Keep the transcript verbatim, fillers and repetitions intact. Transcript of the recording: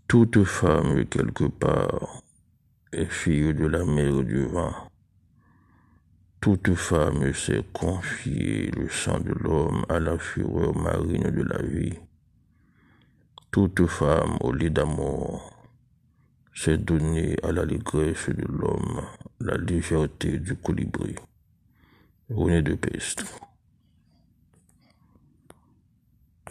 Toute femme, quelque part, est fille de la mer et du vent. Toute femme sait confier le sang de l'homme à la fureur marine de la vie. Toute femme, au lit d'amour, sait donner à l'allégresse de l'homme la légèreté du colibri. René de Pestre.